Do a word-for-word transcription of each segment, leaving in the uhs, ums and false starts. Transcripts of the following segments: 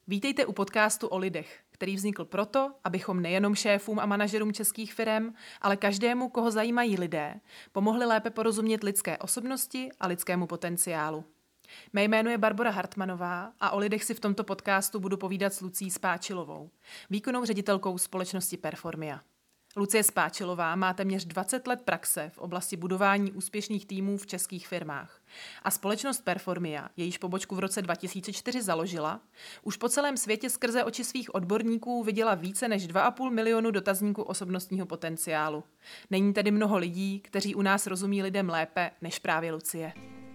Vítejte u podcastu o lidech, který vznikl proto, abychom nejenom šéfům a manažerům českých firem, ale každému, koho zajímají lidé, pomohli lépe porozumět lidské osobnosti a lidskému potenciálu. Mé jméno je Barbora Hartmanová a o lidech si v tomto podcastu budu povídat s Lucí Spáčilovou, výkonnou ředitelkou společnosti Performia. Lucie Spáčilová má téměř dvacet let praxe v oblasti budování úspěšných týmů v českých firmách. A společnost Performia, jejíž pobočku v roce dva tisíce čtyři založila, už po celém světě skrze oči svých odborníků viděla více než dva a půl milionu dotazníků osobnostního potenciálu. Není tedy mnoho lidí, kteří u nás rozumí lidem lépe než právě Lucie.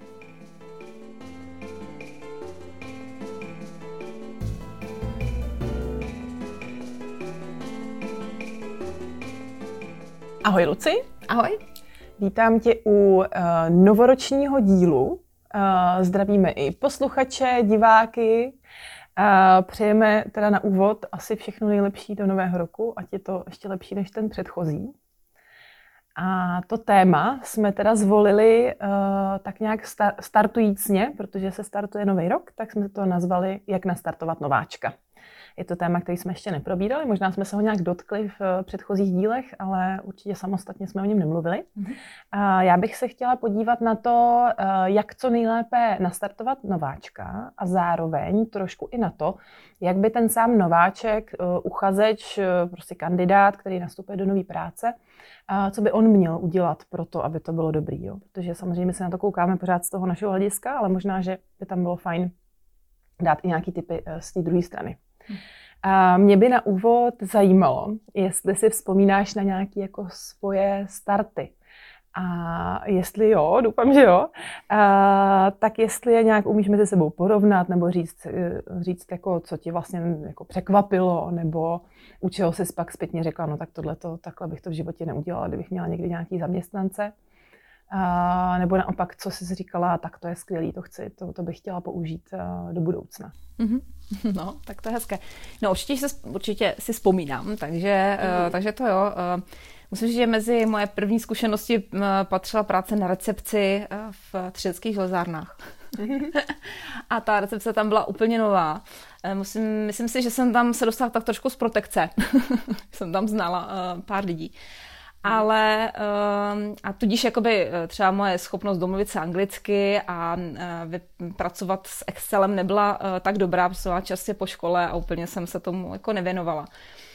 Ahoj Luci. Ahoj. Vítám tě u uh, novoročního dílu. Uh, zdravíme i posluchače, diváky. Uh, přejeme teda na úvod asi všechno nejlepší do nového roku, ať je to ještě lepší než ten předchozí. A to téma jsme teda zvolili uh, tak nějak star- startujícně, protože se startuje nový rok, tak jsme to nazvali Jak nastartovat nováčka. Je to téma, který jsme ještě neprobírali, možná jsme se ho nějak dotkli v předchozích dílech, ale určitě samostatně jsme o něm nemluvili. Mm-hmm. A já bych se chtěla podívat na to, jak co nejlépe nastartovat nováčka a zároveň trošku i na to, jak by ten sám nováček, uchazeč, prostě kandidát, který nastupuje do nové práce, co by on měl udělat pro to, aby to bylo dobrý. Jo? Protože samozřejmě my se na to koukáme pořád z toho našeho hlediska, ale možná, že by tam bylo fajn dát i nějaký tipy z té druhé strany. A mě by na úvod zajímalo, jestli si vzpomínáš na nějaké jako svoje starty. A jestli jo, doufám, že jo, a tak jestli je nějak umíš mezi sebou porovnat nebo říct, říct jako, co ti vlastně jako překvapilo, nebo u čeho jsi pak zpětně řekla, no tak tohleto, takhle bych to v životě neudělala, kdybych měla někdy nějaký zaměstnance. A nebo naopak, co jsi říkala, tak to je skvělý, to chci, to, to bych chtěla použít do budoucna. Mm-hmm. No, tak to je hezké. No, určitě, se, určitě si vzpomínám, takže, mm. uh, takže to jo. Uh, musím říct, že mezi moje první zkušenosti uh, patřila práce na recepci uh, v třineckých železárnách. A ta recepce tam byla úplně nová. Uh, musím, myslím si, že jsem tam se dostala tak trošku z protekce. Jsem tam znala uh, pár lidí. Ale a tudíž jakoby třeba moje schopnost domluvit se anglicky a pracovat s Excelem nebyla tak dobrá, protože jsem častě po škole a úplně jsem se tomu jako nevěnovala.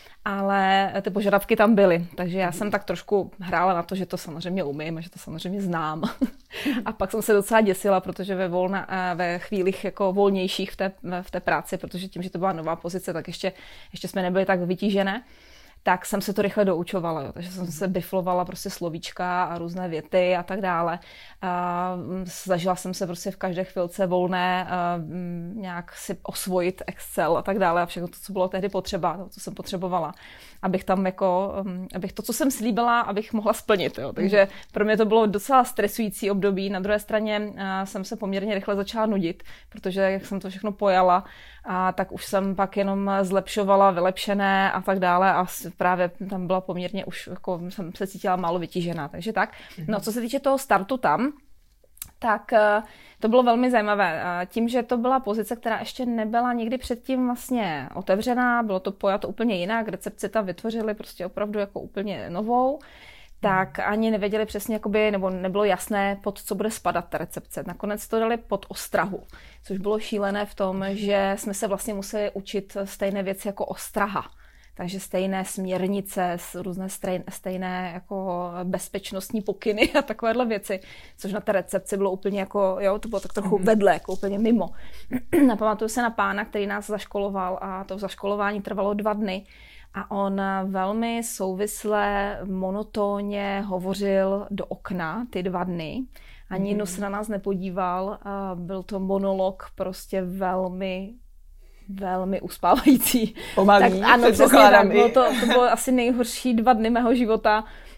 Ale ty požadavky tam byly, takže já jsem tak trošku hrála na to, že to samozřejmě umím a že to samozřejmě znám. A pak jsem se docela děsila, protože ve, volna, ve chvílích jako volnějších v té, v té práci, protože tím, že to byla nová pozice, tak ještě, ještě jsme nebyli tak vytížené, tak jsem se to rychle doučovala, jo. Takže jsem se biflovala prostě slovíčka a různé věty a tak dále. A zažila jsem se prostě v každé chvilce volné nějak si osvojit Excel a tak dále a všechno to, co bylo tehdy potřeba, to, co jsem potřebovala, abych tam jako, abych to, co jsem slíbila, abych mohla splnit, jo. Takže pro mě to bylo docela stresující období. Na druhé straně jsem se poměrně rychle začala nudit, protože jak jsem to všechno pojala, a tak už jsem pak jenom zlepšovala, vylepšené a tak dále a právě tam byla poměrně už, jako jsem se cítila málo vytížená, takže tak. No, co se týče toho startu tam, tak to bylo velmi zajímavé. Tím, že to byla pozice, která ještě nebyla nikdy předtím vlastně otevřená, bylo to pojato úplně jinak, recepci tam vytvořili prostě opravdu jako úplně novou, tak ani nevěděli přesně, jakoby, nebo nebylo jasné, pod co bude spadat ta recepce. Nakonec to dali pod ostrahu, což bylo šílené v tom, že jsme se vlastně museli učit stejné věci jako ostraha. Takže stejné směrnice, různé stejné jako bezpečnostní pokyny a takovéhle věci, což na té recepci bylo úplně jako, jo, to bylo tak trochu vedle, jako úplně mimo. Napamatuju se na pána, který nás zaškoloval a to zaškolování trvalo dva dny. A on velmi souvisle, monotónně hovořil do okna ty dva dny. Ani jednou se na nás nepodíval. A byl to monolog prostě velmi, velmi uspávající. Pomalý, tak, ano, přesně tak. Bylo to, to bylo asi nejhorší dva dny mého života.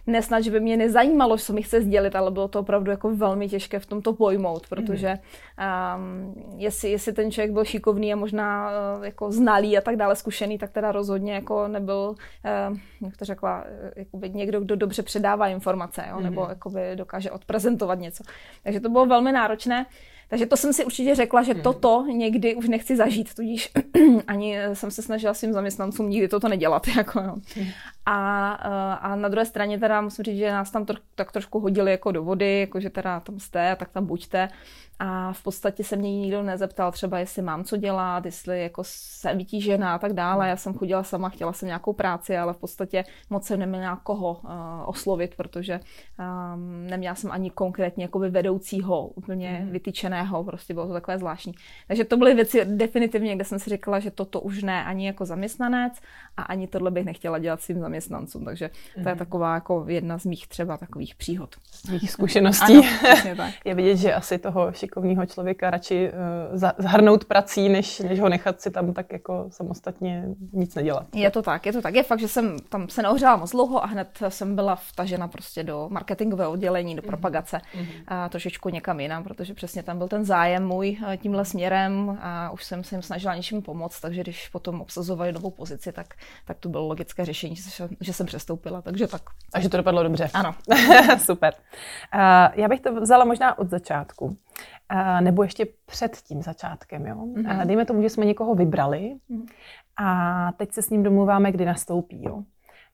nesnad, že by mě nezajímalo, co mi chce sdělit, ale bylo to opravdu jako velmi těžké v tomto pojmout, protože um, jestli, jestli ten člověk byl šikovný a možná uh, jako znalý a tak dále, zkušený, tak teda rozhodně jako nebyl, uh, jak to řekla, jakoby někdo, kdo dobře předává informace, jo, nebo jakoby dokáže odprezentovat něco. Takže to bylo velmi náročné. Takže to jsem si určitě řekla, že toto někdy už nechci zažít, tudíž ani jsem se snažila svým zaměstnancům nikdy toto nedělat. Jako, no. a, a na druhé straně teda musím říct, že nás tam tro, tak trošku hodili jako do vody, jako že teda tam jste, tak tam buďte. A v podstatě se mě nikdo nezeptal třeba, jestli mám co dělat, jestli jako jsem vytížená a tak dále. Já jsem chodila sama, chtěla jsem nějakou práci, ale v podstatě moc jsem neměla koho uh, oslovit, protože um, neměla jsem ani konkrétně jakoby vedoucího, úplně mm. vytyčeného, prostě bylo to takové zvláštní. Takže to byly věci definitivně, kde jsem si říkala, že toto už ne ani jako zaměstnanec a ani tohle bych nechtěla dělat svým zaměstnancům. Takže to je taková jako jedna z mých třeba takových příhod. Z mých zkušeností. Ano, přesně tak. Je vidět, že asi toho šikovného člověka radši uh, zahrnout prací, než, než ho nechat si tam tak jako samostatně nic nedělat. Je to tak, je to tak. Je fakt, že jsem tam se neohřela moc dlouho a hned jsem byla vtažena prostě do marketingového oddělení, do propagace mm-hmm. a trošičku někam jinam, protože přesně tam byl ten zájem můj tímhle směrem a už jsem se jim snažila něčím pomoct, takže když potom obsazovali novou pozici, tak, tak to bylo logické řešení, že, že jsem přestoupila, takže tak. A že to dopadlo dobře. Ano. Super. Uh, já bych to vzala možná od začátku. Uh, nebo ještě před tím začátkem. Jo? Mm-hmm. Uh, dejme tomu, že jsme někoho vybrali mm-hmm. a teď se s ním domluváme, kdy nastoupí. Jo? Uh,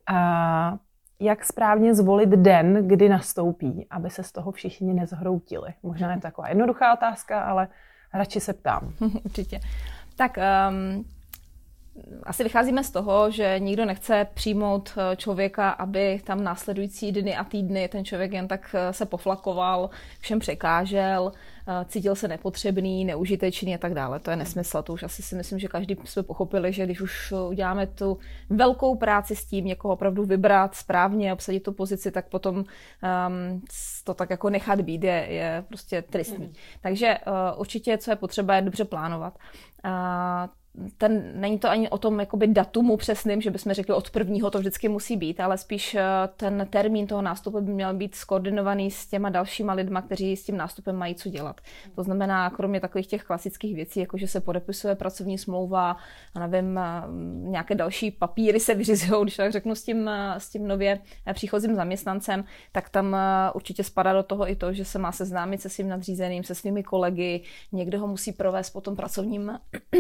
jak správně zvolit den, kdy nastoupí, aby se z toho všichni nezhroutili? Možná je to taková jednoduchá otázka, ale radši se ptám. Určitě. Tak um, asi vycházíme z toho, že nikdo nechce přijmout člověka, aby tam následující dny a týdny ten člověk jen tak se poflakoval, všem překážel, cítil se nepotřebný, neužitečný a tak dále. To je nesmysl. To už asi si myslím, že každý jsme pochopili, že když už uděláme tu velkou práci s tím, někoho opravdu vybrat správně, obsadit tu pozici, tak potom um, to tak jako nechat být je, je prostě tristní. Mm. Takže uh, určitě, co je potřeba, je dobře plánovat. Uh, Ten, není to ani o tom jakoby datumu přesným, že bychom řekli od prvního to vždycky musí být, ale spíš ten termín toho nástupu by měl být skoordinovaný s těma dalšíma lidma, kteří s tím nástupem mají co dělat. To znamená, kromě takových těch klasických věcí, jako že se podepisuje pracovní smlouva, a nevím, nějaké další papíry se vyřizují, když tak řeknu s tím, s tím nově příchozím zaměstnancem, tak tam určitě spadá do toho i to, že se má seznámit se svým nadřízeným, se svými kolegy, někdo ho musí provést po tom pracovním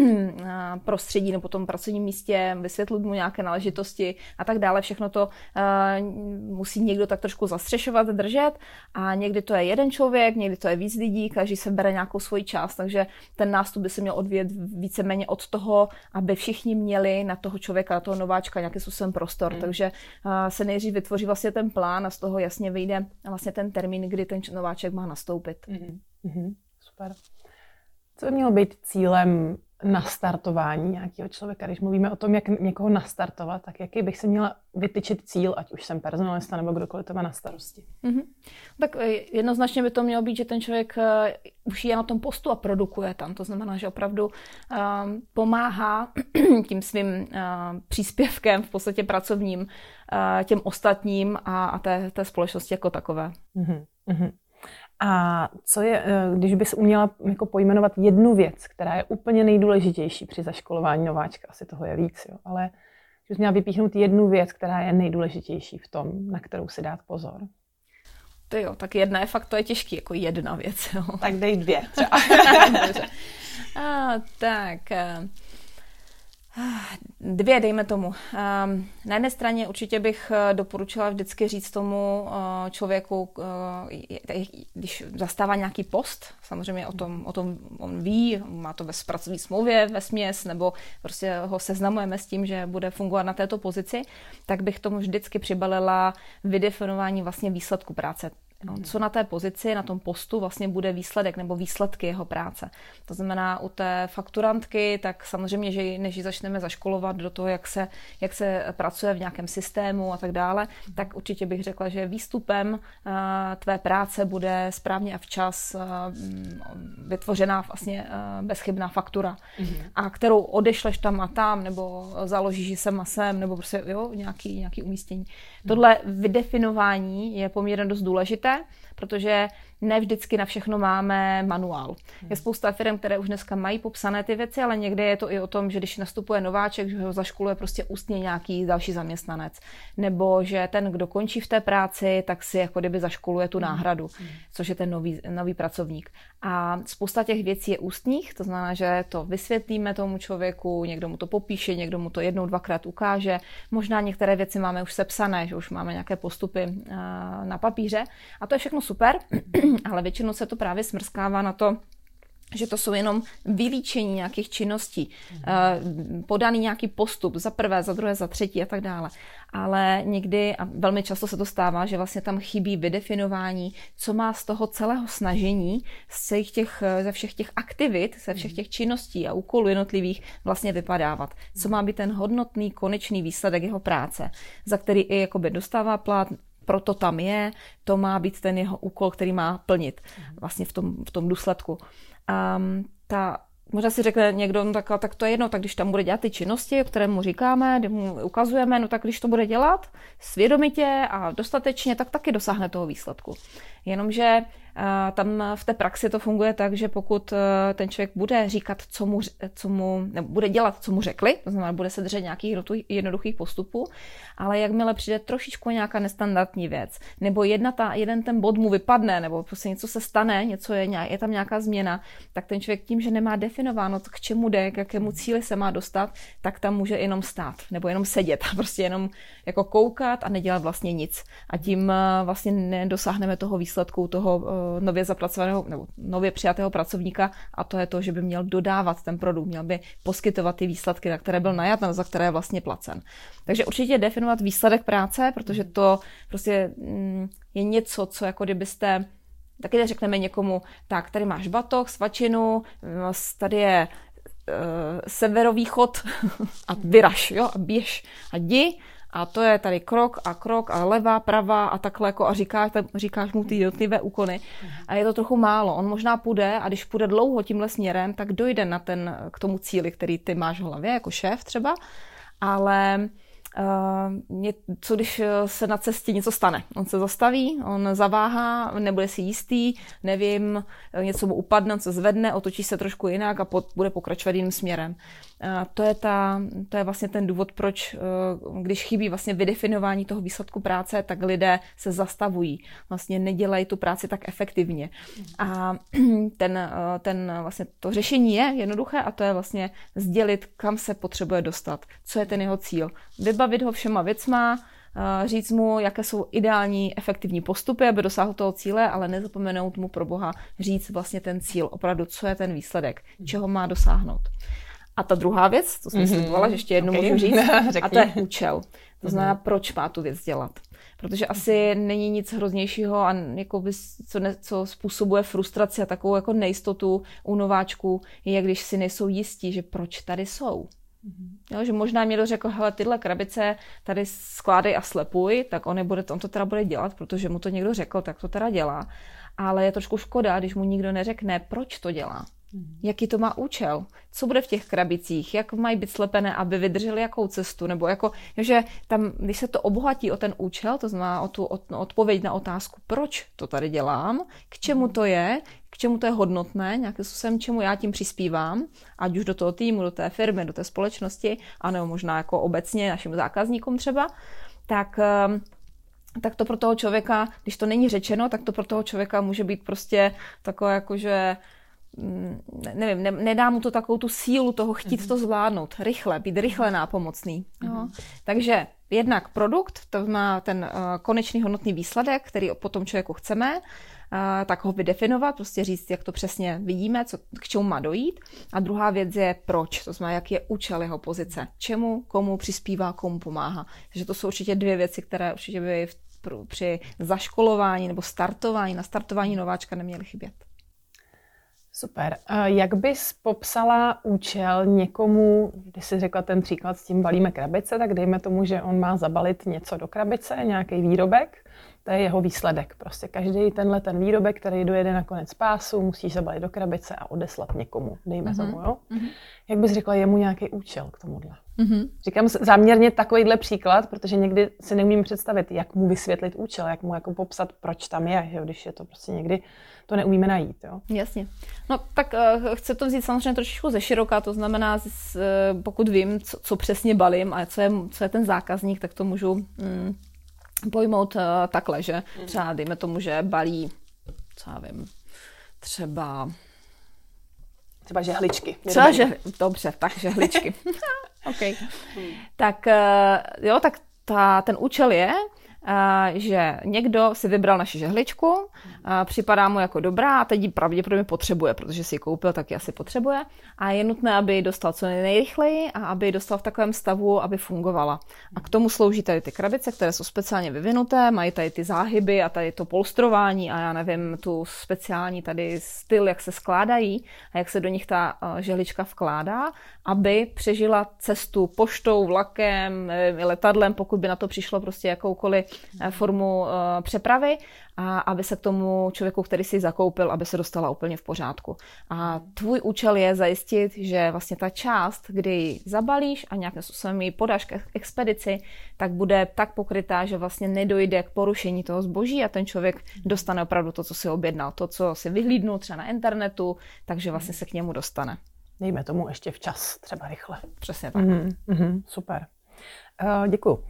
prostředí nebo tom pracovním místě, vysvětlit mu nějaké náležitosti a tak dále. Všechno to uh, musí někdo tak trošku zastřešovat, držet a někdy to je jeden člověk, někdy to je víc lidí, každý se bere nějakou svoji část, takže ten nástup by se měl odvíjet víceméně od toho, aby všichni měli na toho člověka, na toho nováčka nějaký způsobem prostor. Mm. Takže uh, se nejdřív vytvoří vlastně ten plán a z toho jasně vyjde vlastně ten termín, kdy ten nováček má nastoupit. Mm. Mm. Super. Co by mělo být cílem nastartování nějakého člověka? Když mluvíme o tom, jak někoho nastartovat, tak jaký bych si měla vytyčit cíl, ať už jsem personalista nebo kdokoliv to má na starosti? Mm-hmm. Tak jednoznačně by to mělo být, že ten člověk uh, už je na tom postu a produkuje tam. To znamená, že opravdu uh, pomáhá tím svým uh, příspěvkem v podstatě pracovním uh, těm ostatním a, a té, té společnosti jako takové. Mm-hmm. A co je, když bys uměla jako pojmenovat jednu věc, která je úplně nejdůležitější při zaškolování nováčka, asi toho je víc, jo, ale když bys měla vypíchnout jednu věc, která je nejdůležitější v tom, na kterou si dát pozor. To jo, tak jedna je fakt, to je těžký, jako jedna věc. Jo. Tak dej dvě třeba. Dobře. A, tak... Dvě, dejme tomu. Na jedné straně určitě bych doporučila vždycky říct tomu člověku, když zastává nějaký post, samozřejmě o tom, o tom on ví, má to ve pracovní smlouvě vesměs, nebo prostě ho seznamujeme s tím, že bude fungovat na této pozici, tak bych tomu vždycky přibalila vydefinování vlastně výsledku práce. No, co na té pozici, na tom postu vlastně bude výsledek nebo výsledky jeho práce. To znamená u té fakturantky, tak samozřejmě, že než ji začneme zaškolovat do toho, jak se, jak se pracuje v nějakém systému a tak dále, tak určitě bych řekla, že výstupem uh, tvé práce bude správně a včas uh, vytvořená vlastně uh, bezchybná faktura, mm-hmm. a kterou odešleš tam a tam, nebo založíš sem a sem, nebo prostě jo, nějaký, nějaký umístění. Mm-hmm. Tohle vydefinování je poměrně dost důležité, protože ne vždycky na všechno máme manuál. Je spousta firm, které už dneska mají popsané ty věci, ale někde je to i o tom, že když nastupuje nováček, že ho zaškoluje prostě ústně nějaký další zaměstnanec. Nebo že ten, kdo končí v té práci, tak si jako kdyby zaškoluje tu náhradu, což je ten nový, nový pracovník. A spousta těch věcí je ústních, to znamená, že to vysvětlíme tomu člověku, někdo mu to popíše, někdo mu to jednou, dvakrát ukáže. Možná některé věci máme už sepsané, že už máme nějaké postupy na papíře. A to je všechno super, ale většinou se to právě smrskává na to, že to jsou jenom vylíčení nějakých činností, mm. podaný nějaký postup za prvé, za druhé, za třetí a tak dále. Ale někdy, a velmi často se to stává, že vlastně tam chybí vydefinování, co má z toho celého snažení, z těch, ze všech těch aktivit, ze všech těch činností a úkolů jednotlivých vlastně vypadávat. Co má být ten hodnotný, konečný výsledek jeho práce, za který i jakoby dostává plat, proto tam je, to má být ten jeho úkol, který má plnit vlastně v tom, v tom důsledku. Um, ta, možná si řekne někdo, no tak, tak to je jedno, tak když tam bude dělat ty činnosti, které mu říkáme, kdy mu ukazujeme, no tak když to bude dělat svědomitě a dostatečně, tak taky dosáhne toho výsledku. Jenomže uh, tam v té praxi to funguje tak, že pokud uh, ten člověk bude říkat, co mu, co mu, nebo bude dělat, co mu řekli, to znamená, bude se držet nějakých jednoduchých postupů, ale jakmile přijde trošičku nějaká nestandardní věc, nebo jedna ta, jeden ten bod mu vypadne, nebo prostě něco se stane, něco je, je tam nějaká změna, tak ten člověk tím, že nemá definováno, k čemu jde, k jakému cíli se má dostat, tak tam může jenom stát, nebo jenom sedět a prostě jenom jako koukat a nedělat vlastně nic. A tím uh, vlastně nedosáhneme toho výsledku, toho uh, nově zapracovaného nebo nově přijatého pracovníka, a to je to, že by měl dodávat ten produkt, měl by poskytovat ty výsledky, na které byl najat, za které je vlastně placen. Takže určitě definovat výsledek práce, protože to prostě mm, je něco, co jako kdybyste, taky řekneme někomu, tak tady máš batoh, svačinu, tady je uh, severovýchod a vyraž, jo, a běž a jdi. A to je tady krok a krok a levá, pravá a takhle jako a říkáš, říkáš mu ty jednotlivé úkony. A je to trochu málo. On možná půjde a když půjde dlouho tímhle směrem, tak dojde na ten, k tomu cíli, který ty máš v hlavě, jako šéf třeba. Ale uh, co když se na cestě něco stane? On se zastaví, on zaváhá, nebude si jistý, nevím, něco mu upadne, on se zvedne, otočí se trošku jinak a pod, bude pokračovat jiným směrem. Uh, to je, ta, to je vlastně ten důvod, proč, uh, když chybí vlastně vydefinování toho výsledku práce, tak lidé se zastavují. Vlastně nedělají tu práci tak efektivně. A ten, uh, ten vlastně to řešení je jednoduché a to je vlastně sdělit, kam se potřebuje dostat. Co je ten jeho cíl. Vybavit ho všema věcma, říct mu, jaké jsou ideální efektivní postupy, aby dosáhl toho cíle, ale nezapomenout mu pro Boha říct vlastně ten cíl, opravdu, co je ten výsledek, čeho má dosáhnout. A ta druhá věc, to jsem mm-hmm. si zvolila, že ještě jednou okay. můžu říct, a to je účel. To znamená, mm-hmm. proč má tu věc dělat. Protože asi není nic hroznějšího a jako by, co, ne, co způsobuje frustraci a takovou jako nejistotu u nováčků, je, když si nejsou jistí, že proč tady jsou. Jo, že možná někdo řekl, hele, tyhle krabice tady skládej a slepuj, tak on, bude, on to teda bude dělat, protože mu to někdo řekl, tak to teda dělá. Ale je trošku škoda, když mu nikdo neřekne, proč to dělá. Jaký to má účel, co bude v těch krabicích, jak mají být slepené, aby vydrželi jakou cestu, nebo jako, že tam, když se to obohatí o ten účel, to znamená o tu odpověď na otázku, proč to tady dělám, k čemu to je, k čemu to je hodnotné, nějakým způsobem, čemu já tím přispívám, ať už do toho týmu, do té firmy, do té společnosti, anebo možná jako obecně našim zákazníkům třeba, tak tak to pro toho člověka, když to není řečeno, tak to pro toho člověka může být prostě takové jako, že nevím, ne, nedá mu to takovou tu sílu toho chtít mm-hmm. to zvládnout, rychle, být rychle nápomocný. Mm-hmm. Jo. Takže jednak produkt, to má ten uh, konečný hodnotný výsledek, který po tom člověku chceme, uh, tak ho vydefinovat, prostě říct, jak to přesně vidíme, co, k čemu má dojít. A druhá věc je proč, to znamená, jaký je účel jeho pozice, čemu, komu přispívá, komu pomáhá. Takže to jsou určitě dvě věci, které určitě by v při zaškolování nebo startování, na startování nováčka neměly chybět. Super. Jak bys popsala účel někomu, když jsi řekla ten příklad s tím balíme krabice, tak dejme tomu, že on má zabalit něco do krabice, nějaký výrobek, to je jeho výsledek. Prostě každý tenhle ten výrobek, který dojede na konec pásu, musíš zabalit do krabice a odeslat někomu, dejme mm-hmm. tomu, jo? Mm-hmm. Jak bys řekla, je mu nějaký účel k tomuhle? Mm-hmm. Říkám záměrně takovýhle příklad, protože někdy si neumím představit, jak mu vysvětlit účel, jak mu jako popsat, proč tam je, jo? Když je to prostě někdy, to neumíme najít. Jo? Jasně. No tak uh, chci to vzít samozřejmě trošičku ze široka, to znamená, z, uh, pokud vím, co, co přesně balím a co je, co je ten zákazník, tak to můžu mm, pojmout uh, takhle, že třeba dejme tomu, že balí, co já vím, třeba... Třeba žehličky. Třeba žehli... Dobře, tak žehličky. okay. hmm. Tak uh, jo, tak ta, ten účel je, že někdo si vybral naši žehličku, připadá mu jako dobrá a teď ji pravděpodobně potřebuje, protože si ji koupil, tak ji asi potřebuje. A je nutné, aby ji dostal co nejrychleji a aby ji dostal v takovém stavu, aby fungovala. A k tomu slouží tady ty krabice, které jsou speciálně vyvinuté, mají tady ty záhyby a tady to polstrování a já nevím, tu speciální tady styl, jak se skládají a jak se do nich ta žehlička vkládá, aby přežila cestu poštou, vlakem, letadlem, pokud by na to přišlo prostě jakoukoliv formu uh, přepravy a aby se k tomu člověku, který si ji zakoupil, aby se dostala úplně v pořádku. A tvůj účel je zajistit, že vlastně ta část, kdy ji zabalíš a nějakým způsobem ji podáš k expedici, tak bude tak pokrytá, že vlastně nedojde k porušení toho zboží a ten člověk dostane opravdu to, co si objednal, to, co si vyhlídnul třeba na internetu, takže vlastně se k němu dostane. Dejme tomu ještě včas, třeba rychle. Přesně tak. Mm-hmm, mm-hmm, super. Uh, děkuju. Uh,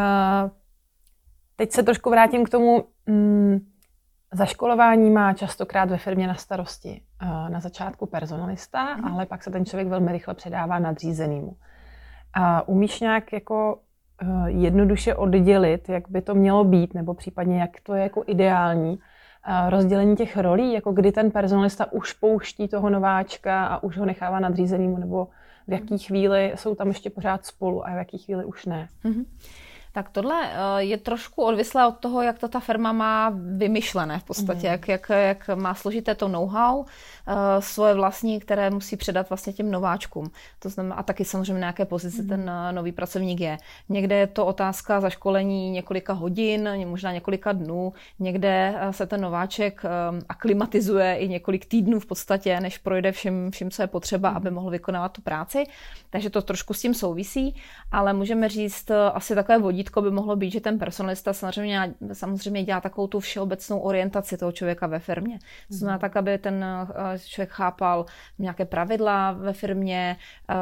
teď se trošku vrátím k tomu, um, zaškolování má častokrát ve firmě na starosti uh, na začátku personalista, mm-hmm. ale pak se ten člověk velmi rychle předává nadřízenýmu. Uh, umíš nějak jako uh, jednoduše oddělit, jak by to mělo být, nebo případně jak to je jako ideální, rozdělení těch rolí, jako kdy ten personalista už pouští toho nováčka a už ho nechává nadřízenýmu, nebo v jaký chvíli jsou tam ještě pořád spolu a v jaký chvíli už ne. Mm-hmm. Tak tohle je trošku odvislé od toho, jak to ta firma má vymyšlené v podstatě, mm. jak, jak, jak má složité to know-how, uh, svoje vlastní, které musí předat vlastně těm nováčkům. To znamená, a taky samozřejmě nějaké pozici mm. ten uh, nový pracovník je. Někde je to otázka zaškolení několika hodin, možná několika dnů, někde uh, se ten nováček um, aklimatizuje i několik týdnů v podstatě, než projde vším, vším co je potřeba, mm. aby mohl vykonávat tu práci. Takže to trošku s tím souvisí, ale můžeme říct uh, asi takové vodítko by mohlo být, že ten personalista samozřejmě, samozřejmě dělá takovou tu všeobecnou orientaci toho člověka ve firmě. To znamená tak, aby ten člověk chápal nějaké pravidla ve firmě,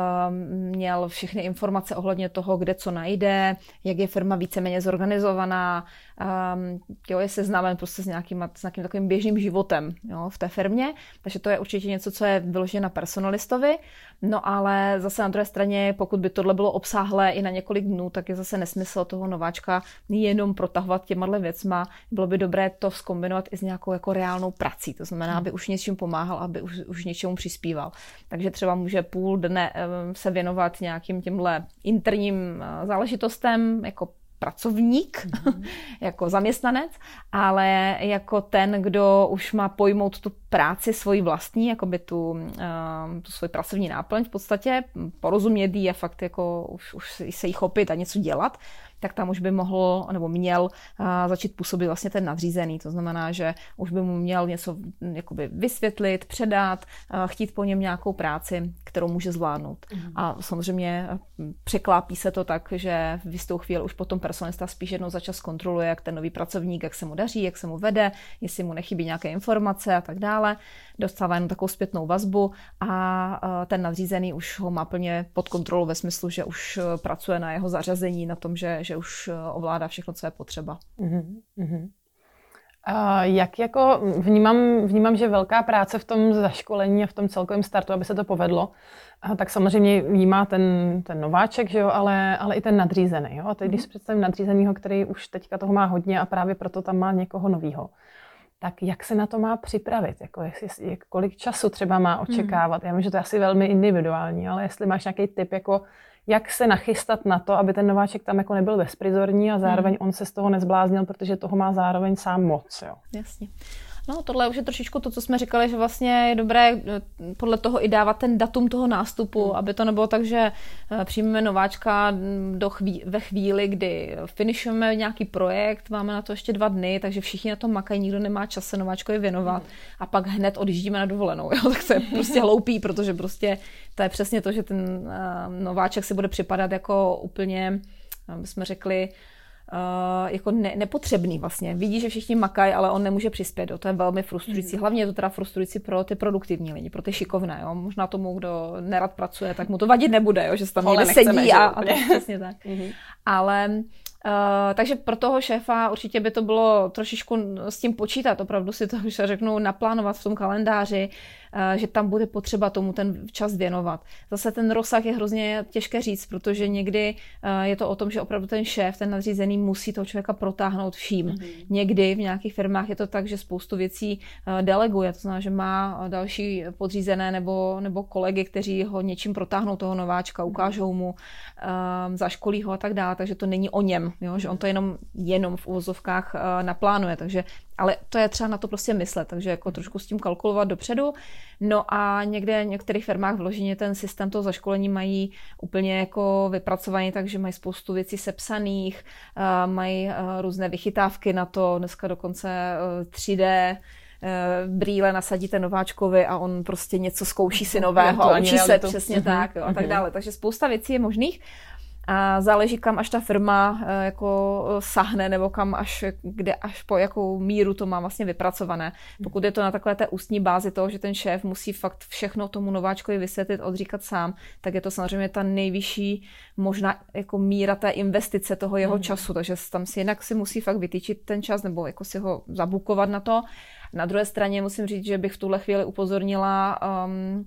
měl všechny informace ohledně toho, kde co najde, jak je firma víceméně zorganizovaná, jo, je seznámen prostě s nějakým, s nějakým takovým běžným životem, jo, v té firmě. Takže to je určitě něco, co je vyložené na personalistovi. No ale zase na druhé straně, pokud by tohle bylo obsáhlé i na několik dnů, tak je zase nesmysl toho nováčka jenom protahovat těmahle věcma. Bylo by dobré to zkombinovat i s nějakou jako reálnou prací. To znamená, aby už něčím pomáhal, aby už, už něčemu přispíval. Takže třeba může půl dne se věnovat nějakým těmhle interním záležitostem, jako pracovník, mm. jako zaměstnanec, ale jako ten, kdo už má pojmout tu práci svoji vlastní, jakoby tu, uh, tu svoji pracovní náplň v podstatě, porozumět jí a fakt jako už, už se jí chopit a něco dělat, tak tam už by mohl nebo měl uh, začít působit vlastně ten nadřízený. To znamená, že už by mu měl něco jakoby vysvětlit, předat, uh, chtít po něm nějakou práci, kterou může zvládnout. Mm. A samozřejmě překlápí se to tak, že v jistou chvíli už potom personalista spíš jednou za čas kontroluje, jak ten nový pracovník, jak se mu daří, jak se mu vede, jestli mu nechybí nějaké informace a tak dále. Dostává jenom takovou zpětnou vazbu a uh, ten nadřízený už ho má plně pod kontrolou ve smyslu, že už uh, pracuje na jeho zařazení, na tom, že že už ovládá všechno, co je potřeba. Mm-hmm. A jak jako vnímám, vnímám, že velká práce v tom zaškolení a v tom celkovém startu, aby se to povedlo, a tak samozřejmě vnímá ten, ten nováček, že jo, ale, ale i ten nadřízený. Jo? A teď, když si představím nadřízenýho, který už teďka toho má hodně a právě proto tam má někoho novýho, tak jak se na to má připravit? Jako jestli, jak, kolik času třeba má očekávat? Já vím, že to je asi velmi individuální, ale jestli máš nějaký tip, jako jak se nachystat na to, aby ten nováček tam jako nebyl bezprizorní a zároveň mm. on se z toho nezbláznil, protože toho má zároveň sám moc. Jo. Jasně. No, tohle už je trošičku to, co jsme říkali, že vlastně je dobré podle toho i dávat ten datum toho nástupu, mm. aby to nebylo tak, že přijmeme nováčka do chví- ve chvíli, kdy finišujeme nějaký projekt, máme na to ještě dva dny, takže všichni na tom makají, nikdo nemá čas se nováčkovi věnovat mm. a pak hned odjíždíme na dovolenou. Jo? Tak to je prostě hloupý, protože prostě to je přesně to, že ten uh, nováček si bude připadat jako úplně, my jsme řekli, Uh, jako ne, nepotřebný vlastně. Vidí, že všichni makají, ale on nemůže přispět. Jo. To je velmi frustrující. Hlavně je to teda frustrující pro ty produktivní lidi, pro ty šikovné. Jo. Možná tomu, kdo nerad pracuje, tak mu to vadit nebude, jo, že se tam někde sedí a, a to přesně tak. Ale Uh, takže pro toho šéfa určitě by to bylo trošičku s tím počítat, opravdu si to už řeknu naplánovat v tom kalendáři, uh, že tam bude potřeba tomu ten čas věnovat. Zase ten rozsah je hrozně těžké říct, protože někdy uh, je to o tom, že opravdu ten šéf, ten nadřízený musí toho člověka protáhnout vším. Mm-hmm. Někdy v nějakých firmách je to tak, že spoustu věcí uh, deleguje, to znamená, že má další podřízené nebo, nebo kolegy, kteří ho něčím protáhnou toho nováčka, ukážou mu, uh, zaškolí ho a tak dále, takže to není o něm. Jo, že on to jenom, jenom v uvozovkách uh, naplánuje, takže, ale to je třeba na to prostě myslet, takže jako trošku s tím kalkulovat dopředu. No a někde v některých firmách vloženě ten systém toho zaškolení mají úplně jako vypracovaný, takže mají spoustu věcí sepsaných, uh, mají uh, různé vychytávky na to, dneska dokonce uh, tři dé brýle nasadíte nováčkovi a on prostě něco zkouší si nového a učí se přesně uh-huh. tak jo, a tak dále. Takže spousta věcí je možných. A záleží, kam až ta firma jako sahne, nebo kam až, kde až po jakou míru to má vlastně vypracované. Pokud je to na takové té ústní bázi toho, že ten šéf musí fakt všechno tomu nováčkovi vysvětlit, odříkat sám, tak je to samozřejmě ta nejvyšší možná jako míra té investice toho jeho času, takže tam si jinak si musí fakt vytýčit ten čas, nebo jako si ho zabukovat na to. Na druhé straně musím říct, že bych v tuhle chvíli upozornila, um,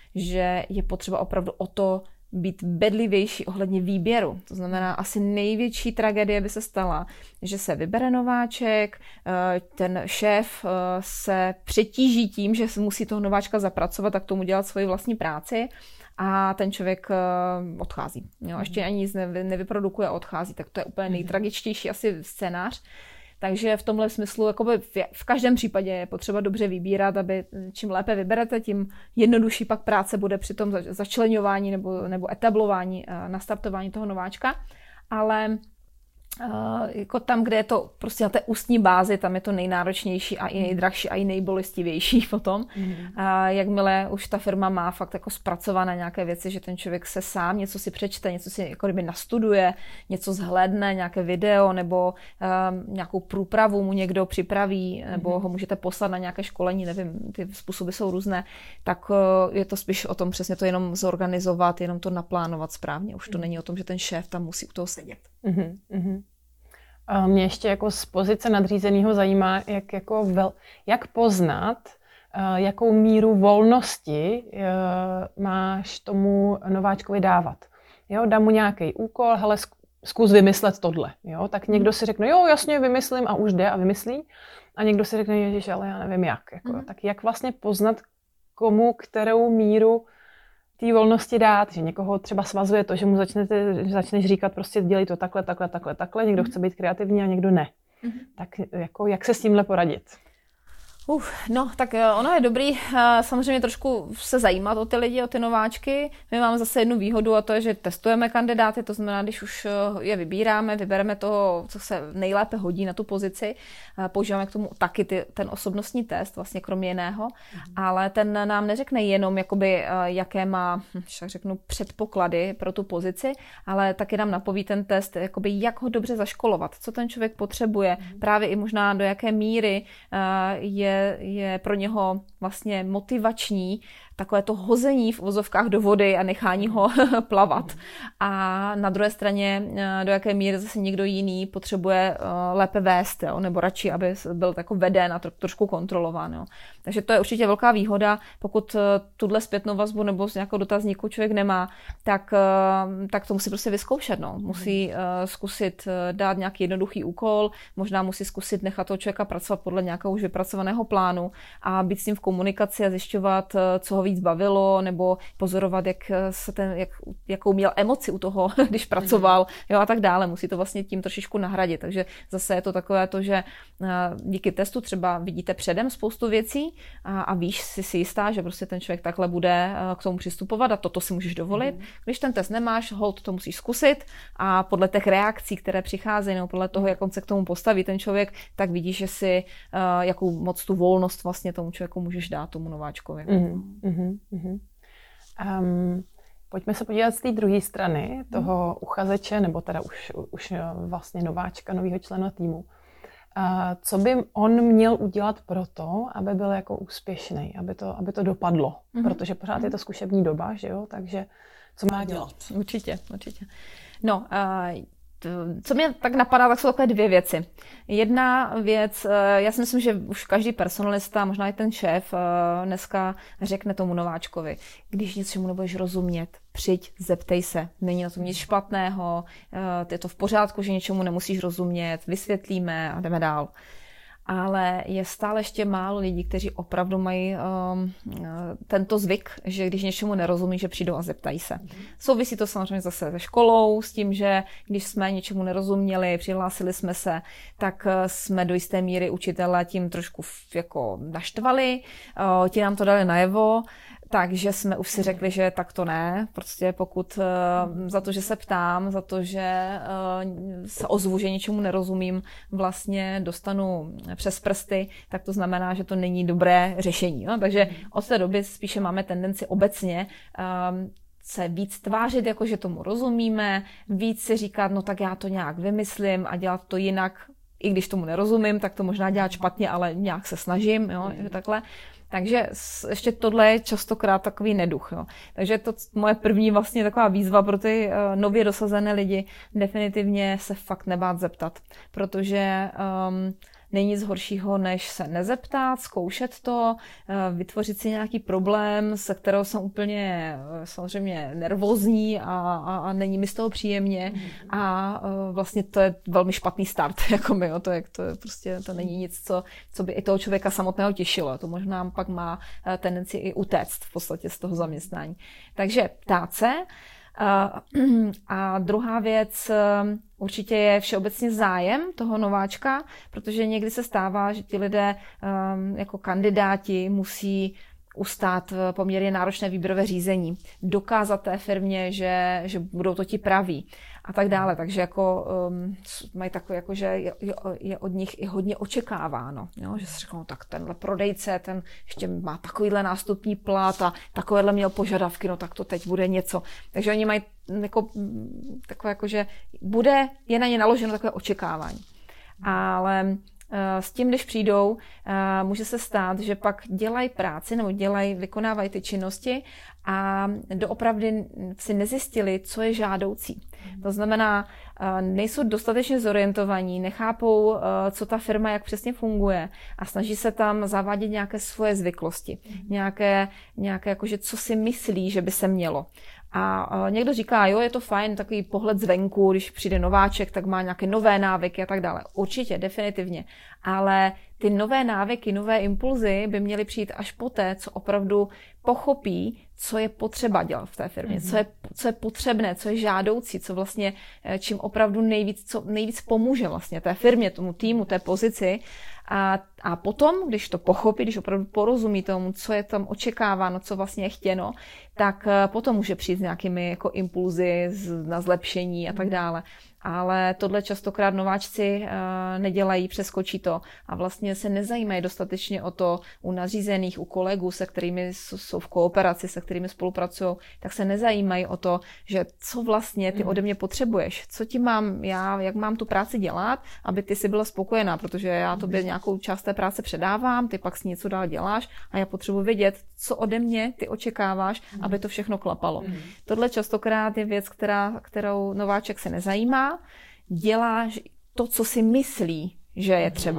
že je potřeba opravdu o to být bedlivější ohledně výběru. To znamená, asi největší tragédie by se stala, že se vybere nováček, ten šéf se přetíží tím, že musí toho nováčka zapracovat a k tomu dělat svoji vlastní práci a ten člověk odchází. Jo, ještě ani nic nevyprodukuje a odchází, tak to je úplně nejtragičtější asi scénář. Takže v tomhle smyslu jakoby v každém případě je potřeba dobře vybírat, aby čím lépe vyberete, tím jednodušší pak práce bude při tom začleňování nebo, nebo etablování, nastartování toho nováčka. Ale Uh, jako tam, kde je to prostě na té ústní bázi, tam je to nejnáročnější a i nejdražší a i nejbolestivější potom. Mm. Uh, jakmile už ta firma má fakt jako zpracované nějaké věci, že ten člověk se sám něco si přečte, něco si jako kdyby nastuduje, něco zhlédne, nějaké video nebo uh, nějakou průpravu mu někdo připraví, nebo mm. ho můžete poslat na nějaké školení, nevím, ty způsoby jsou různé, tak uh, je to spíš o tom přesně to jenom zorganizovat, jenom to naplánovat správně. Už to mm. není o tom, že ten šéf tam musí u toho sedět. Mm-hmm, mm-hmm. A mě ještě jako z pozice nadřízeného zajímá, jak, jako vel, jak poznat, uh, jakou míru volnosti uh, máš tomu nováčkovi dávat. Jo, dám mu nějaký úkol, hele, zkus vymyslet tohle. Jo, tak někdo si řekne, jo, jasně, vymyslím a už jde a vymyslí. A někdo si řekne, ježiš, ale já nevím jak. Jako, mm. Tak jak vlastně poznat, komu kterou míru té volnosti dát, že někoho třeba svazuje to, že mu začnete, začneš říkat prostě dělej to takhle, takhle, takhle, takhle, někdo mm. chce být kreativní a někdo ne. Mm. Tak jako, jak se s tímhle poradit? Uf, no, tak ono je dobrý samozřejmě trošku se zajímat o ty lidi, o ty nováčky. My máme zase jednu výhodu a to je, že testujeme kandidáty, to znamená, když už je vybíráme, vybereme toho, co se nejlépe hodí na tu pozici, používáme k tomu taky ty, ten osobnostní test, vlastně kromě jiného, mm. ale ten nám neřekne jenom, jakoby, jaké má, však řeknu, předpoklady pro tu pozici, ale taky nám napoví ten test, jakoby, jak ho dobře zaškolovat, co ten člověk potřebuje, mm. právě i možná do jaké míry je je pro něho vlastně motivační takové to hození v uvozovkách do vody a nechání ho plavat. A na druhé straně, do jaké míry zase někdo jiný potřebuje lépe vést, jo? Nebo radši, aby byl jako veden a trošku kontrolován. Jo? Takže to je určitě velká výhoda. Pokud tuhle zpětnou vazbu nebo z nějakého dotazníku člověk nemá, tak, tak to musí prostě vyzkoušet. No. Musí zkusit dát nějaký jednoduchý úkol, možná musí zkusit nechat toho člověka pracovat podle nějakého už vypracovaného plánu a být s ním v komunikaci a zjišťovat, co ho víc bavilo, nebo pozorovat, jak se ten, jak, jakou měl emoci u toho, když pracoval, jo, a tak dále. Musí to vlastně tím trošičku nahradit. Takže zase je to takové to, že díky testu třeba vidíte předem spoustu věcí a, a víš, si si jistá, že prostě ten člověk takhle bude k tomu přistupovat a toto si můžeš dovolit. Když ten test nemáš, hold, to musíš zkusit a podle těch reakcí, které přicházejí, nebo podle toho, jak on se k tomu postaví ten člověk, tak vidíš, že si uh, jakou moc tu volnost vlastně tomu člověku můžeš dát, tomu nováčkovi. Mm-hmm, mm-hmm. Um, pojďme se podívat z té druhé strany toho mm. uchazeče, nebo teda už, už vlastně nováčka, nového člena týmu. Uh, co by on měl udělat pro to, aby byl jako úspěšný, aby to, aby to dopadlo? Mm-hmm. Protože pořád je to zkušební doba, že jo? Takže co má dělat? Určitě, určitě. No, uh, co mě tak napadá, tak jsou takové dvě věci. Jedna věc, já si myslím, že už každý personalista, možná i ten šéf, dneska řekne tomu nováčkovi, když něčemu nebudeš rozumět, přijď, zeptej se. Není na tom nic špatného, je to v pořádku, že něčemu nemusíš rozumět, vysvětlíme a jdeme dál. Ale je stále ještě málo lidí, kteří opravdu mají um, tento zvyk, že když něčemu nerozumí, že přijdou a zeptají se. Mm. Souvisí to samozřejmě zase se školou, s tím, že když jsme něčemu nerozuměli, přihlásili jsme se, tak jsme do jisté míry učitele tím trošku jako naštvali, uh, ti nám to dali najevo, takže jsme už si řekli, že tak to ne, prostě pokud uh, za to, že se ptám, za to, že uh, se ozvu, že něčemu nerozumím, vlastně dostanu přes prsty, tak to znamená, že to není dobré řešení. No? Takže od té doby spíše máme tendenci obecně um, se víc tvářit, jako že tomu rozumíme, víc si říkat, no tak já to nějak vymyslím a dělat to jinak, i když tomu nerozumím, tak to možná dělat špatně, ale nějak se snažím, jo, že takhle. Takže ještě tohle je častokrát takový neduch. Jo. Takže to moje první vlastně taková výzva pro ty uh, nově dosazené lidi, definitivně se fakt nebát zeptat, protože um, není nic horšího, než se nezeptat, zkoušet to, vytvořit si nějaký problém, se kterého jsem úplně samozřejmě nervózní a, a, a není mi z toho příjemně a vlastně to je velmi špatný start, jako my, jo, to, je, to je prostě, to není nic, co, co by i toho člověka samotného těšilo, to možná pak má tendenci i utéct v podstatě z toho zaměstnání. Takže ptát se. A druhá věc určitě je všeobecně zájem toho nováčka, protože někdy se stává, že ti lidé jako kandidáti musí ustát poměrně náročné výběrové řízení, dokázat té firmě, že, že budou to ti praví a tak dále. Takže jako um, mají takové, jako, že je, je od nich i hodně očekáváno, jo? Že si řeknou, tak tenhle prodejce, ten ještě má takovýhle nástupní plat a takovéhle měl požadavky, no tak to teď bude něco. Takže oni mají jako, takové, jako, že bude, je na ně naloženo takové očekávání. Ale s tím, když přijdou, může se stát, že pak dělají práci nebo dělají, vykonávají ty činnosti a doopravdy si nezjistili, co je žádoucí. To znamená, nejsou dostatečně zorientovaní, nechápou, co ta firma, jak přesně funguje a snaží se tam zavádět nějaké svoje zvyklosti, nějaké, nějaké jakože, co si myslí, že by se mělo. A někdo říká, jo, je to fajn, takový pohled zvenku, když přijde nováček, tak má nějaké nové návyky a tak dále. Určitě, definitivně. Ale ty nové návyky, nové impulzy by měly přijít až poté, co opravdu pochopí, co je potřeba dělat v té firmě, mm-hmm. co je, co je potřebné, co je žádoucí, co vlastně, čím opravdu nejvíc, co nejvíc pomůže vlastně té firmě, tomu týmu, té pozici. A, a potom, když to pochopí, když opravdu porozumí tomu, co je tam očekáváno, co vlastně je chtěno, tak potom může přijít s nějakými jako impulzy na zlepšení a tak dále. Ale tohle častokrát nováčci uh, nedělají, přeskočí to a vlastně se nezajímají dostatečně o to u nadřízených, u kolegů, se kterými jsou v kooperaci, se kterými spolupracují, tak se nezajímají o to, že co vlastně ty ode mě potřebuješ, co ti mám já, jak mám tu práci dělat, aby ty si byla spokojená, protože já tobě nějakou část té práce předávám, ty pak s něco dál děláš a já potřebuji vědět, co ode mě ty očekáváš, aby to všechno klapalo. Tohle častokrát je věc, která, kterou nováček se nezajímá, dělá to, co si myslí, že je třeba.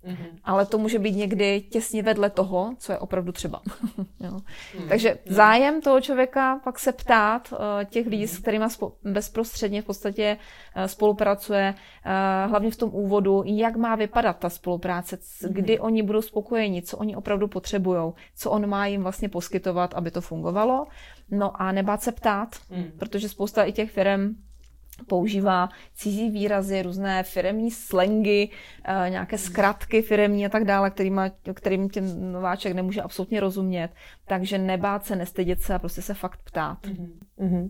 Mm-hmm. Ale to může být někdy těsně vedle toho, co je opravdu třeba. Jo. Mm-hmm. Takže zájem toho člověka pak se ptát uh, těch lidí, s kterými spo- bezprostředně v podstatě uh, spolupracuje, uh, hlavně v tom úvodu, jak má vypadat ta spolupráce, mm-hmm. kdy oni budou spokojeni, co oni opravdu potřebujou, co on má jim vlastně poskytovat, aby to fungovalo. No a nebát se ptát, mm. protože spousta i těch firem používá cizí výrazy, různé firemní slangy, uh, nějaké zkratky firemní a tak dále, kterýma, kterým ten nováček nemůže absolutně rozumět. Takže nebát se, nestydět se a prostě se fakt ptát. Mm-hmm.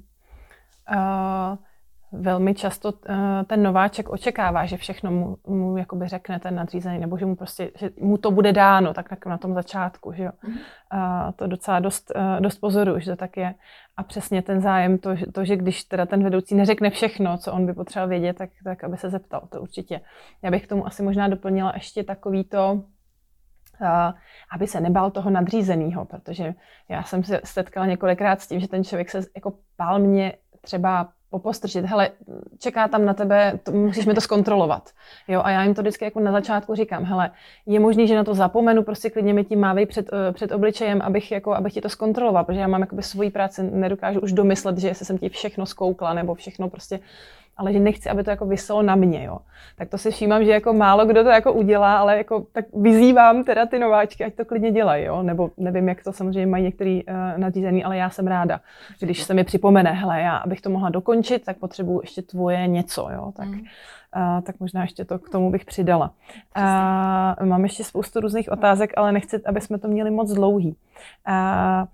Uh, velmi často uh, ten nováček očekává, že všechno mu, mu jakoby řekne ten nadřízený, nebo že mu prostě, že mu to bude dáno, tak na tom začátku, že jo. Mm-hmm. Uh, to docela dost, uh, dost pozoruju, že to tak je. A přesně ten zájem, to, to, že když teda ten vedoucí neřekne všechno, co on by potřeboval vědět, tak, tak aby se zeptal, to určitě. Já bych k tomu asi možná doplnila ještě takový to, uh, aby se nebál toho nadřízenýho, protože já jsem se setkala několikrát s tím, že ten člověk se jako bál mě třeba popostrčit, hele, čeká tam na tebe, to, musíš mi to zkontrolovat. Jo, a já jim to vždycky jako na začátku říkám, hele, je možný, že na to zapomenu, prostě klidně mi tím mávej před, před obličejem, abych, jako, abych ti to zkontroloval, protože já mám jakoby svoji práci, nedokážu už domyslet, že jestli jsem ti všechno zkoukla, nebo všechno prostě, ale že nechci, aby to jako viselo na mě, jo. Tak to si všímám, že jako málo kdo to jako udělá, ale jako tak vyzývám teda ty nováčky, ať to klidně dělají, jo. Nebo nevím, jak to samozřejmě mají některý uh, nadřízený, ale já jsem ráda, že když se mi připomene, hele, já, abych to mohla dokončit, tak potřebuju ještě tvoje něco, jo. Tak, mm. uh, tak možná ještě to k tomu bych přidala. Uh, mám ještě spoustu různých otázek, ale nechci, aby jsme to měli moc dlouhý. Uh,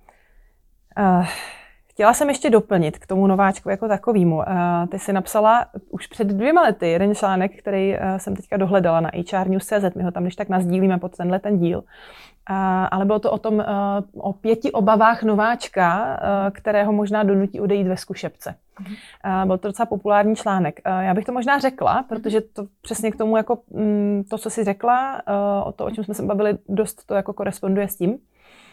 uh, Chtěla jsem ještě doplnit k tomu nováčku jako takovýmu. Uh, ty jsi napsala už před dvěma lety jeden článek, který uh, jsem teďka dohledala na H R News tečka cé zet. My ho tam když tak nasdílíme pod tenhle ten díl. Uh, ale bylo to o tom, uh, o pěti obavách nováčka, uh, kterého možná donutí odejít ve zkušebce. Uh, byl to docela populární článek. Uh, já bych to možná řekla, protože to přesně k tomu, jako, um, to, co jsi řekla, uh, o to, o čem jsme se bavili, dost to jako koresponduje s tím. Uh,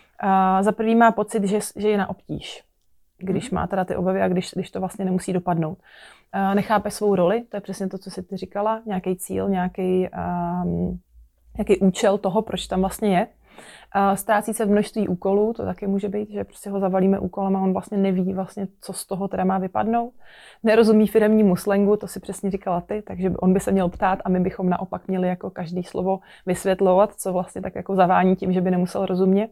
za prvý má pocit, že, že je na obtíž, když má teda ty obavy a když, když to vlastně nemusí dopadnout. Uh, nechápe svou roli, to je přesně to, co jsi ty říkala, nějaký cíl, nějaký, um, nějaký účel toho, proč tam vlastně je. Uh, ztrácí se v množství úkolů, to taky může být, že prostě ho zavalíme úkolem a on vlastně neví vlastně, co z toho teda má vypadnout. Nerozumí firemnímu slangu, to si přesně říkala ty, takže on by se měl ptát a my bychom naopak měli jako každý slovo vysvětlovat, co vlastně tak jako zavání tím, že by nemusel rozumět.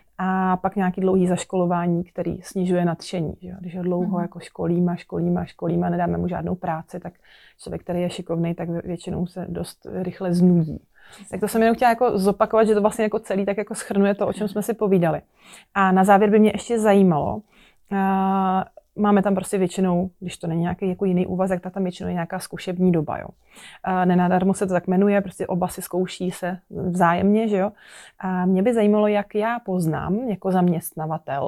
A pak nějaký dlouhý zaškolování, který snižuje nadšení. Že? Když ho dlouho jako školíme, školíme, školíme, nedáme mu žádnou práci, tak člověk, který je šikovný, tak většinou se dost rychle znudí. Tak to jsem jenom chtěla jako zopakovat, že to vlastně jako celý tak jako shrnuje to, o čem jsme si povídali. A na závěr by mě ještě zajímalo, uh, máme tam prostě většinou, když to není nějaký jako jiný úvazek, tak tam většinou je nějaká zkušební doba. Jo. Uh, nenadarmo se to tak jmenuje, prostě oba si zkouší se vzájemně, že jo. A mě by zajímalo, jak já poznám jako zaměstnavatel,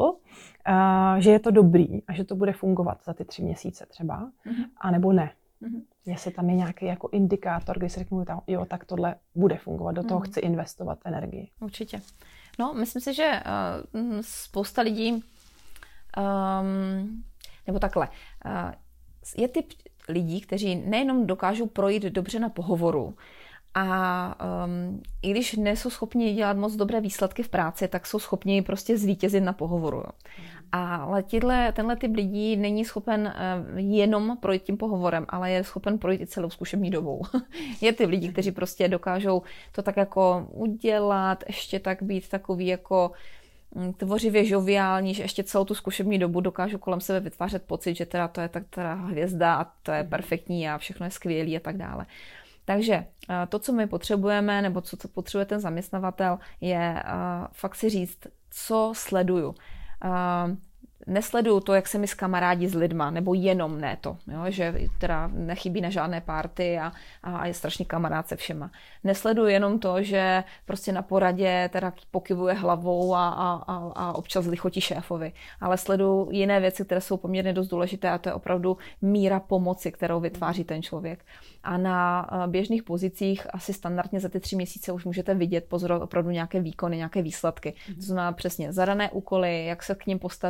uh, že je to dobrý a že to bude fungovat za ty tři měsíce třeba, mm-hmm. anebo ne. Mm-hmm. Jestli tam je nějaký jako indikátor, kdy si řeknu, jo, tak tohle bude fungovat, do toho mm-hmm. chci investovat energii. Určitě. No, myslím si, že uh, spousta lidí, um, nebo takhle, uh, je typ lidí, kteří nejenom dokážou projít dobře na pohovoru, a um, i když nejsou schopni dělat moc dobré výsledky v práci, tak jsou schopni prostě zvítězit na pohovoru. Jo. Ale tyhle, tenhle typ lidí není schopen uh, jenom projít tím pohovorem, ale je schopen projít i celou zkušební dobou. Je ty lidi, kteří prostě dokážou to tak jako udělat, ještě tak být takový jako tvořivě žoviální, že ještě celou tu zkušební dobu dokážu kolem sebe vytvářet pocit, že teda to je tak teda hvězda a to je perfektní a všechno je skvělý a tak dále. Takže to, co my potřebujeme, nebo co, co potřebuje ten zaměstnavatel, je uh, fakt si říct, co sleduju. Uh, nesleduju to, jak se mi s kamarádi s lidma, nebo jenom ne to, jo? Že teda nechybí na žádné party a, a je strašný kamarád se všema. Nesleduju jenom to, že prostě na poradě teda pokyvuje hlavou a, a, a, a občas lichotí šéfovi, ale sleduju jiné věci, které jsou poměrně dost důležité a to je opravdu míra pomoci, kterou vytváří ten člověk. A na běžných pozicích asi standardně za ty tři měsíce už můžete vidět, pozorovat opravdu nějaké výkony, nějaké výsledky. To znamená přesně zadané úkoly, jak se k nim postavil, jak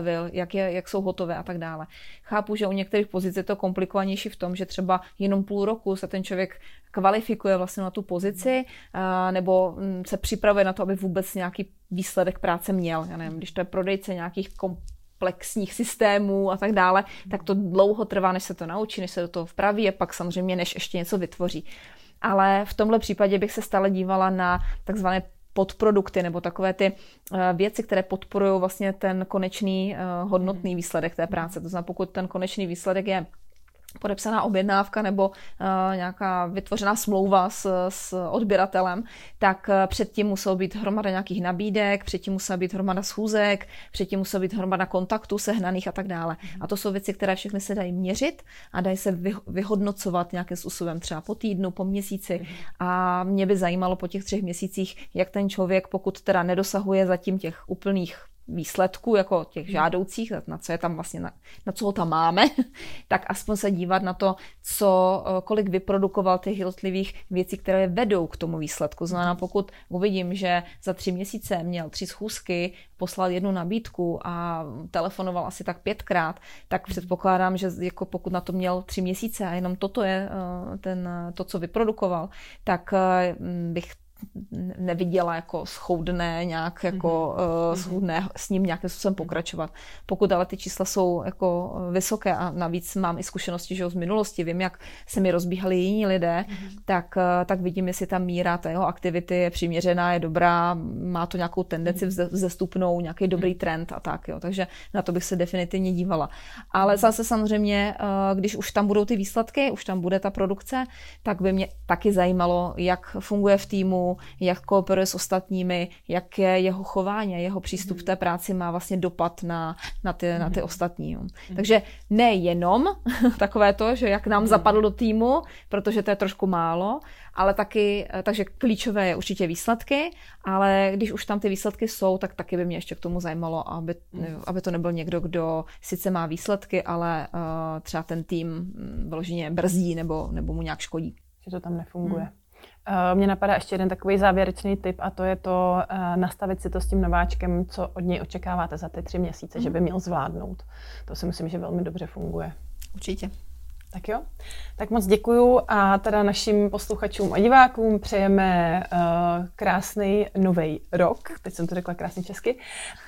jak, je, jak jsou hotové a tak dále. Chápu, že u některých pozic je to komplikovanější v tom, že třeba jenom půl roku se ten člověk kvalifikuje vlastně na tu pozici nebo se připravuje na to, aby vůbec nějaký výsledek práce měl. Já nevím, když to je prodejce nějakých komplexních systémů a tak dále, tak to dlouho trvá, než se to naučí, než se do toho vpraví a pak samozřejmě, než ještě něco vytvoří. Ale v tomhle případě bych se stále dívala na takzvané podprodukty nebo takové ty věci, které podporují vlastně ten konečný hodnotný výsledek té práce. To znamená, pokud ten konečný výsledek je podepsaná objednávka nebo uh, nějaká vytvořená smlouva s, s odběratelem, tak uh, předtím muselo být hromada nějakých nabídek, předtím musela být hromada schůzek, předtím musela být hromada kontaktů sehnaných a tak dále. A to jsou věci, které všechny se dají měřit a dají se vy, vyhodnocovat nějakým způsobem třeba po týdnu, po měsíci. A mě by zajímalo po těch třech měsících, jak ten člověk, pokud teda nedosahuje zatím těch úplných výsledků, jako těch žádoucích, na co je tam vlastně, na, na co ho tam máme, tak aspoň se dívat na to, co, kolik vyprodukoval těch jednotlivých věcí, které vedou k tomu výsledku. Znamená, pokud uvidím, že za tři měsíce měl tři schůzky, poslal jednu nabídku a telefonoval asi tak pětkrát, tak předpokládám, že jako pokud na to měl tři měsíce a jenom toto je ten, to, co vyprodukoval, tak bych neviděla jako schůdné nějak jako mm-hmm. uh, schůdné s ním nějakým způsobem pokračovat. Pokud ale ty čísla jsou jako vysoké a navíc mám i zkušenosti, že z minulosti, vím, jak se mi rozbíhali jiní lidé, mm-hmm. tak, uh, tak vidím, jestli ta míra té jeho aktivity je přiměřená, je dobrá, má to nějakou tendenci vze, vzestupnou, nějaký dobrý trend a tak. Jo. Takže na to bych se definitivně dívala. Ale zase samozřejmě, uh, když už tam budou ty výsledky, už tam bude ta produkce, tak by mě taky zajímalo, jak funguje v týmu, jak kooperuje s ostatními, jak je jeho chování, jeho přístup v té práci má vlastně dopad na, na, ty, na ty ostatní. Jo. Takže nejenom takové to, že jak nám zapadl do týmu, protože to je trošku málo, ale taky, takže klíčové je určitě výsledky, ale když už tam ty výsledky jsou, tak taky by mě ještě k tomu zajímalo, aby, aby to nebyl někdo, kdo sice má výsledky, ale uh, třeba ten tým vyloženě brzdí nebo, nebo mu nějak škodí. Že to tam nefunguje. Hmm. Mně napadá ještě jeden takový závěrečný tip a to je to nastavit si to s tím nováčkem, co od něj očekáváte za ty tři měsíce, mm. že by měl zvládnout. To si myslím, že velmi dobře funguje. Určitě. Tak jo, tak moc děkuju a teda našim posluchačům a divákům přejeme uh, krásný nový rok, teď jsem to řekla krásně česky,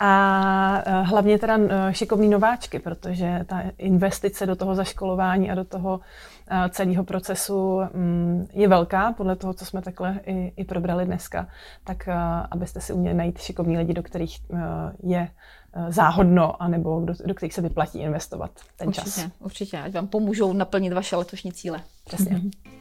a uh, hlavně teda uh, šikovný nováčky, protože ta investice do toho zaškolování a do toho uh, celého procesu um, je velká, podle toho, co jsme takhle i, i probrali dneska, tak uh, abyste si uměli najít šikovní lidi, do kterých uh, je záhodno, anebo do, do kterých se vyplatí investovat ten určitě, čas. Určitě, ať vám pomůžou naplnit vaše letošní cíle. Přesně. Mm-hmm.